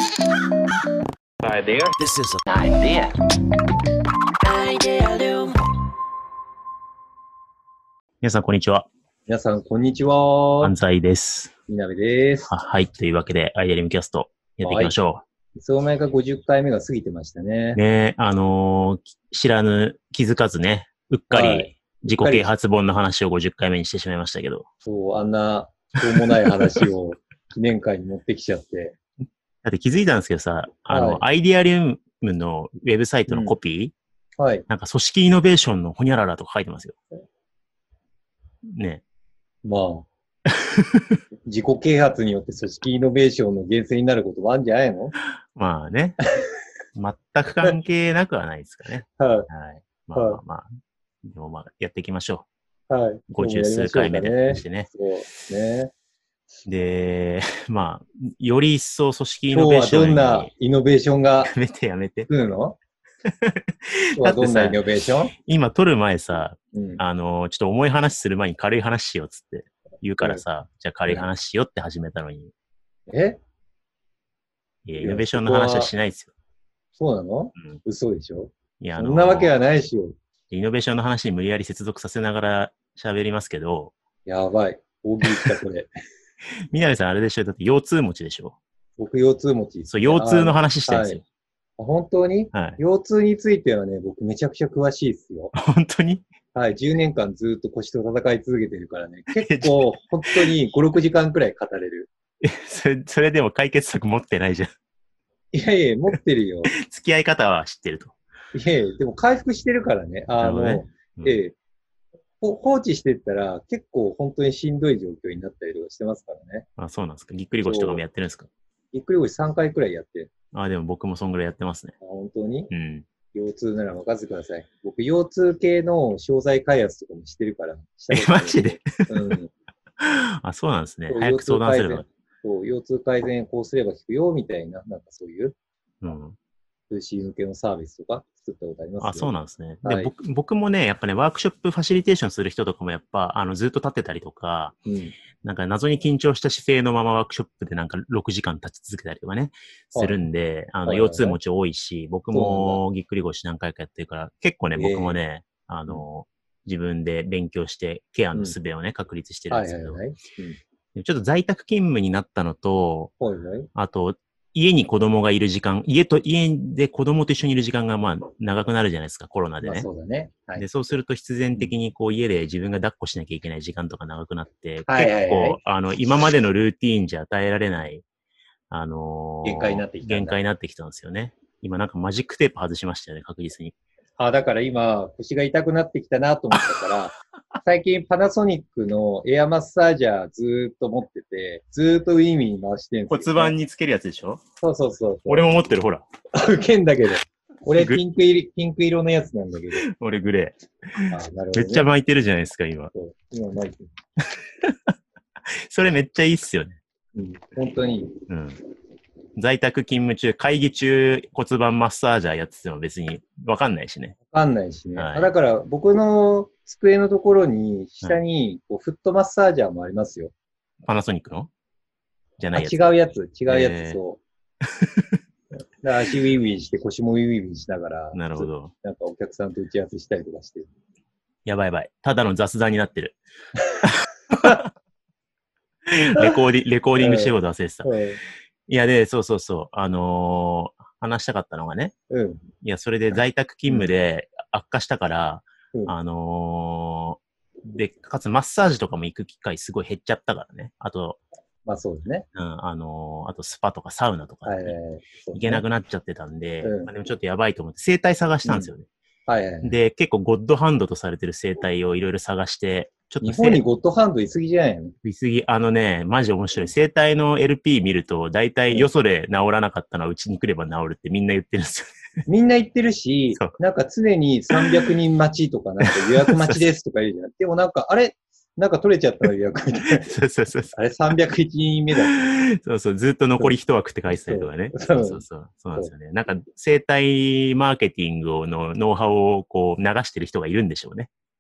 Idea. This is an idea. Idea. 皆さん、こんにちは。 皆さん、こんにちは。 安西です。 みなべです。 はい。というわけで、アイデアリムキャスト、やっていきましょう。いつの間にか50回目が過ぎてましたね。 ね知らぬ、気づかずね、うっかり自己啓発本の話を50回目にしてしまいましたけど。 そう、あんな、しょうもない話を記念会に持ってきちゃって。 だって気づいたんですけどさ、アイデアリウムのウェブサイトのコピー、 はい。 なんか組織イノベーションのホニャララとか書いてますよ。ね。 まあ。自己啓発によって組織イノベーションの源泉になることもあるんじゃないの？ まあね。全く関係なくはないですかね。 はい。 はい。まあ。でもまあ、やっていきましょう。はい。 50数回目でしてね。 そうですね。 で、まあ、より一層組織イノベーションに。 今日はどんなイノベーションがやめて。 来るの？今日はどんなイノベーション？ 今撮る前さ、ちょっと重い話する前に軽い話しようっつって言うからさ、じゃあ軽い話しようって始めたのに。いや、イノベーションの話はしないですよ。 そうなの？嘘でしょ？ いや、 そんなわけはないしよ。 イノベーションの話に無理やり接続させながら喋りますけど。 やばい。大喜利来た、これ。 みなべさんあれでしょ？だって腰痛持ちでしょ？ 僕腰痛持ち。 そう、腰痛の話してるんですよ。 本当に？はい。腰痛についてはね、僕めちゃくちゃ詳しいですよ。 本当に？ はい。10年間ずっと腰と戦い続けてるからね。結構、本当に5、6時間くらい語れる。 それでも解決策持ってないじゃん。 いやいや、持ってるよ。 付き合い方は知ってると。 いやいや、でも回復してるからね。放置してったら結構本当にしんどい状況になったりとかしてますからね。 あ、そうなんですか。ぎっくり腰とかもやってるんですか？ ぎっくり腰3回くらいやってる。 でも僕もそんぐらいやってますね。 本当に？ うん。 腰痛なら任せてください。僕、腰痛系の商材開発とかもしてるから。 マジで？ うん。 そうなんですね。早く相談すれば。 そう、腰痛改善こうすれば効くよ、みたいな、なんかそういう。通信向けのサービスとか作ったことありますそうなんですね。で、僕もね、やっぱね、ワークショップファシリテーションする人とかもやっぱ、ずっと立ってたりとか、なんか謎に緊張した姿勢のままワークショップでなんか6時間立ち続けたりとかね、するんで、腰痛持ち多いし、僕もぎっくり腰何回かやってるから、結構ね、僕もね、自分で勉強してケアの術をね、確立してるんですけど、ちょっと在宅勤務になったのと、あと、家に子供がいる時間、家で子供と一緒にいる時間がまあ長くなるじゃないですか、コロナでね。 そうだね。 で、そうすると必然的にこう家で自分が抱っこしなきゃいけない時間とか長くなって、結構、今までのルーティーンじゃ耐えられない、 限界になってきた。 限界になってきたんですよね。今なんかマジックテープ外しましたよね、確実に。 だから今、腰が痛くなってきたなと思ったから、最近パナソニックのエアマッサージャーずーっと持ってて、ずーっとウィンウィン回してるんですよ、 骨盤につけるやつでしょ？ そう。 俺も持ってる、ほら。 ウケんだけど。俺ピンク色のやつなんだけど。 俺グレー。 なるほどね、 めっちゃ巻いてるじゃないですか、今。 今巻いてる。 それめっちゃいいっすよね。 本当にいい。 在宅勤務中、会議中、骨盤マッサージャーやってても別にわかんないしね。 わかんないしね。だから僕の机のところに、下にこうフットマッサージャーもありますよ。 パナソニックの？じゃないやつ。 違うやつ、そう。だから足ウィンウィンして腰もウィンウィンしながら、 なるほど。 なんかお客さんと打ち合わせしたりとかして。 やばい。ただの雑談になってる。レコーディングしてること忘れてた。いや、で、そう。話したかったのがね。いや、それで在宅勤務で悪化したから、で、かつマッサージとかも行く機会すごい減っちゃったからね。あと、 まあそうですね。 あとスパとかサウナとか、行けなくなっちゃってたんで、でもちょっとやばいと思って整体探したんですよね。で、結構ゴッドハンドとされてる整体をいろいろ探して、 ちょっと日本にゴッドハンドいすぎじゃないの？ いすぎ。マジ面白い。整体の LP 見ると、だいたいよそで治らなかったのはうちに来れば治るってみんな言ってるんですよね。 みんな言ってるし、なんか常に300人待ちとか、なんか予約待ちですとか言うじゃん。でもなんか、あれなんか取れちゃったの予約みたいな。 そう。 あれ301人目だ。 そう。ずっと残り一枠って書いてたりとかね。そうなんですよね。なんか、整体マーケティングのノウハウをこう流してる人がいるんでしょうね。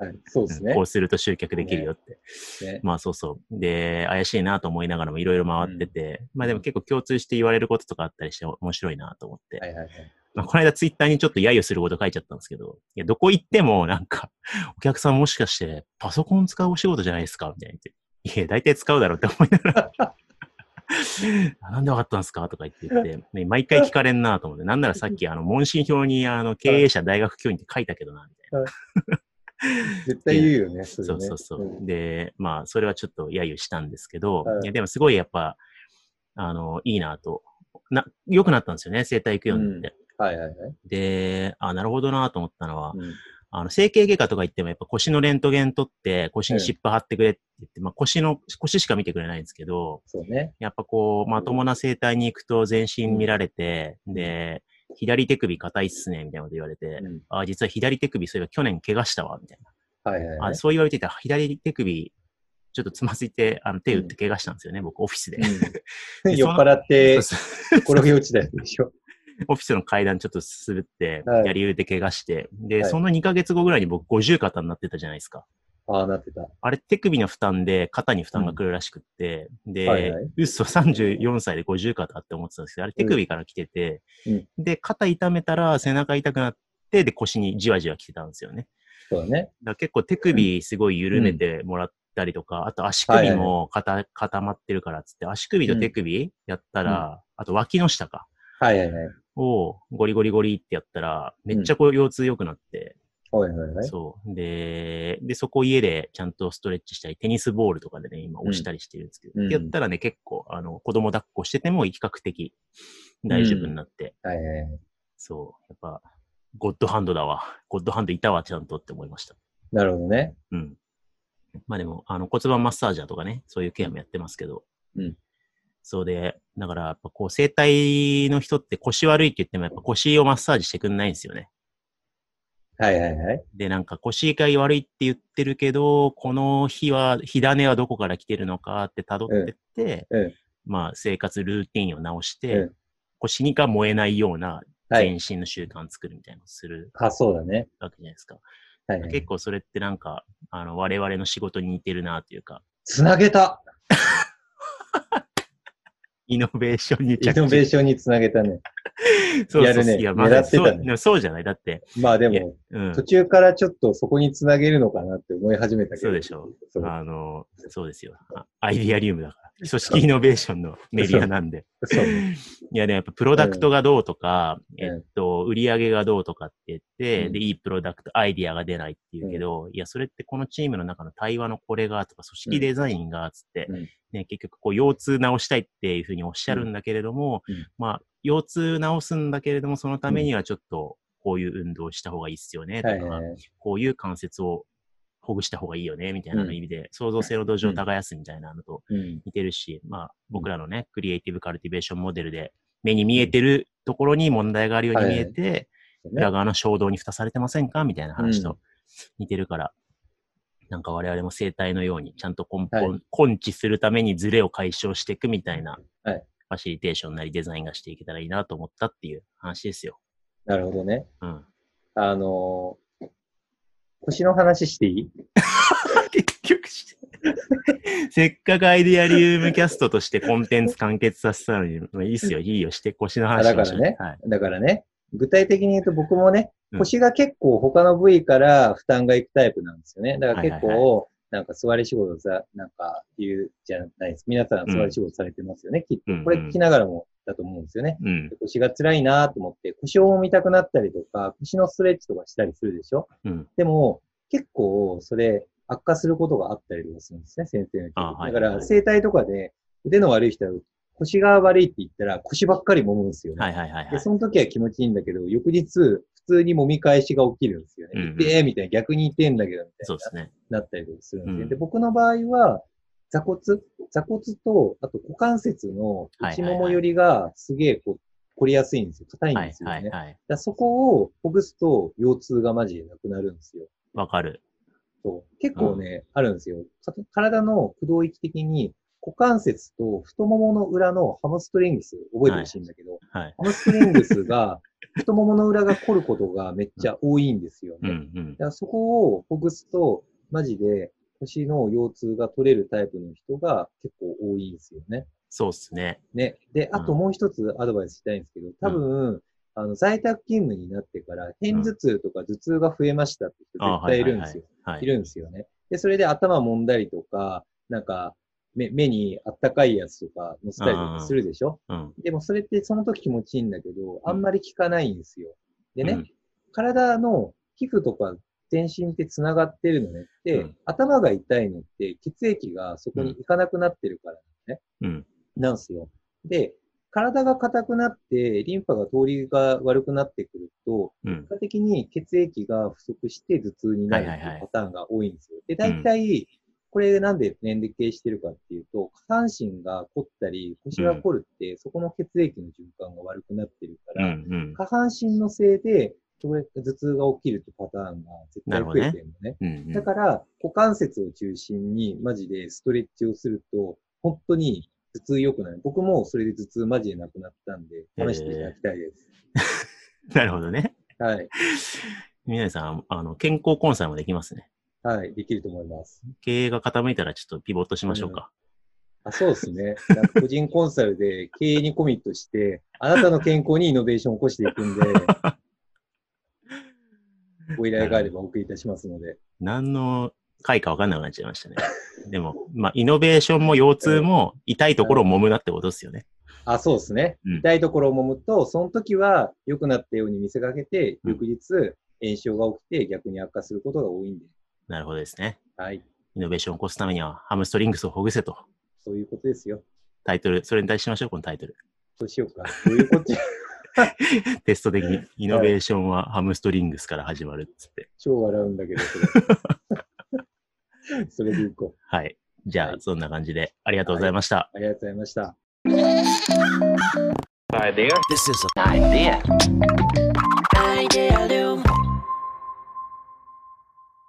はい。そうですね。 こうすると集客できるよって。 ね。 まあそうそう。で、怪しいなと思いながらもいろいろ回ってて、まあでも結構共通して言われることとかあったりして面白いなと思って。 はいはいはい。 まあこの間ツイッターにちょっと揶揄すること書いちゃったんですけど、いや、どこ行ってもなんか、お客さんもしかしてパソコン使うお仕事じゃないですかみたいな言って。いや、大体使うだろうって思いながら。なんでわかったんですかとか言って、ね、毎回聞かれんなと思って。なんならさっき問診票に経営者大学教員って書いたけどな、みたいな。 絶対言うよね、それね。 そうそう。で、まあ、それはちょっと揶揄したんですけど、 はいいや、でもすごいやっぱ、いいなと。良くなったんですよね、整体行くようになって。 はいはいはい。 で、なるほどなと思ったのは、整形外科とか行ってもやっぱ腰のレントゲン取って腰に湿布貼ってくれって言って、まあ腰しか見てくれないんですけど、 そうね。 やっぱこう、まともな整体に行くと全身見られて、で、左手首硬いっすね、みたいなこと言われて、実は左手首そういえば去年怪我したわ、みたいな。 はいはいはい。 そう言われてた左手首、ちょっとつまずいて、手打って怪我したんですよね、僕オフィスで。 酔っ払って、転げ落ちたやつでしょ。 オフィスの階段ちょっと滑って、左腕怪我して、で、その2ヶ月後ぐらいに僕50肩になってたじゃないですか。 ああ、なってた。 あれ手首の負担で肩に負担が来るらしくって、で、嘘34歳で50肩って思ってたんですけど、あれ手首から来てて、で、肩痛めたら背中痛くなって、で、腰にじわじわ来てたんですよね。 そうだね。 だから結構手首すごい緩めてもらったりとか、あと足首も固まってるからっつって、足首と手首やったら、あと脇の下か。 はいはいはい。 をゴリゴリゴリってやったら、めっちゃこう腰痛良くなって、 はいはいはい。 そう。で、そこ家でちゃんとストレッチしたり、テニスボールとかでね、今押したりしてるんですけど、ってやったらね、結構、子供抱っこしてても比較的大丈夫になって、 はいはいはい。 そう。やっぱ、ゴッドハンドだわ。ゴッドハンドいたわ、ちゃんとって思いました。 なるほどね。 うん。まあでも、骨盤マッサージャーとかね、そういうケアもやってますけど、そうで、だから、やっぱこう、整体の人って腰悪いって言っても、やっぱ腰をマッサージしてくんないんですよね。 はいはいはい。 で、なんか腰が悪いって言ってるけど、この日は、火種はどこから来てるのかって辿ってって、まあ、生活ルーティンを直して、腰にが燃えないような全身の習慣作るみたいなのをする。 そうだね。 わけじゃないですか。結構それってなんか、我々の仕事に似てるなというか。 つなげたイノベーションにイノベーションにつなげたね。 そうやるね。狙ってたね。 そうじゃないだって。 まあでも、途中からちょっとそこにつなげるのかなって思い始めたけど。 そうでしょう。そうですよ。アイディアリウムだから。組織イノベーションのメディアなんで。いや、でもやっぱプロダクトがどうとか、売り上げがどうとかって言って、で、いいプロダクト、アイディアが出ないって言うけど、いや、それってこのチームの中の対話のこれがとか、組織デザインがつって、ね、結局こう、腰痛治したいっていうふうにおっしゃるんだけれども、まあ、腰痛治すんだけれども、そのためにはちょっと、こういう運動をした方がいいっすよね、とか、こういう関節をほぐした方がいいよね、みたいな意味で、創造性の土壌を耕すみたいなのと似てるし、まあ、僕らのね、クリエイティブカルティベーションモデルで、目に見えてるところに問題があるように見えて、裏側の衝動に蓋されてませんかみたいな話と似てるから、なんか我々も生態のように、ちゃんと根治するためにズレを解消していくみたいな、ファシリテーションなりデザインがしていけたらいいなと思ったっていう話ですよ。 なるほどね。腰の話していい結局せっかくアイディアリウムキャストとしてコンテンツ完結させたのに、まあ、いいっすよ、いいよ、して腰の話だからね、だからね、具体的に言うと僕もね、腰が結構他の部位から負担がいくタイプなんですよね。だから結構、なんか座り仕事なんか言うじゃないです。皆さん座り仕事されてますよね、きっと。これ聞きながらもだと思うんですよね。腰が辛いなと思って、腰を揉みたくなったりとか、腰のストレッチとかしたりするでしょ。でも、結構それ悪化することがあったりとかするんですね、先生の時。だから、整体とかで腕の悪い人は腰が悪いって言ったら腰ばっかり揉むんですよね。で、その時は気持ちいいんだけど、翌日、普通に揉み返しが起きるんですよね。痛えみたいな、逆に痛えんだけど、みたいな、なったりとかするんですね。で、僕の場合は、座骨と、あと股関節の内ももよりがすげえ凝りやすいんですよ。硬いんですよね。だそこをほぐすと腰痛がマジでなくなるんですよ。 わかる。 そう。結構ね、あるんですよ。体の駆動域的に股関節と太ももの裏のハムストリングス、覚えてほしいんだけど、ハムストリングスが太ももの裏が凝ることがめっちゃ多いんですよね。だからそこをほぐすと、マジで腰の腰痛が取れるタイプの人が結構多いんですよね。 そうっすね。 ね。で、あともう一つアドバイスしたいんですけど、多分、在宅勤務になってから、片頭痛とか頭痛が増えましたって人絶対いるんですよ。いるんですよね。で、それで頭揉んだりとか、なんか、目にあったかいやつとか乗せたりとかするでしょ、でもそれってその時気持ちいいんだけど、あんまり効かないんですよ。でね、体の皮膚とか全身って繋がってるのねって、頭が痛いのって血液がそこに行かなくなってるからね。なんですよ。で、体が硬くなって、リンパが通りが悪くなってくると、結果的に血液が不足して頭痛になるっていうパターンが多いんですよ。で、大体、これなんで年齢系してるかっていうと、下半身が凝ったり、腰が凝るって、そこの血液の循環が悪くなってるから、下半身のせいで、頭痛が起きるってパターンが絶対増えてるのね。だから、股関節を中心にマジでストレッチをすると、本当に頭痛良くなる。僕もそれで頭痛マジでなくなったんで、試していただきたいです。 なるほどね。 はい。 宮根さん、健康コンサルもできますね。 はい、できると思います。 経営が傾いたらちょっとピボットしましょうか。 そうですね。なんか個人コンサルで経営にコミットして、あなたの健康にイノベーションを起こしていくんで、ご依頼があればお送りいたしますので。 何の回か分かんなくなっちゃいましたね。でも、イノベーションも腰痛も痛いところを揉むなってことですよね。 そうですね。痛いところを揉むと、その時は良くなったように見せかけて、翌日炎症が起きて逆に悪化することが多いんで。 なるほどですね。 はい。 イノベーションを起こすためにはハムストリングスをほぐせと。 そういうことですよ。 タイトル、それに対しましょう、このタイトル。 そうしようか。どういうことテスト的に、イノベーションはハムストリングスから始まるっつって。 超笑うんだけど、それでいこう。 はい。じゃあ、そんな感じで、ありがとうございました。 ありがとうございました。 Idea. This is an idea.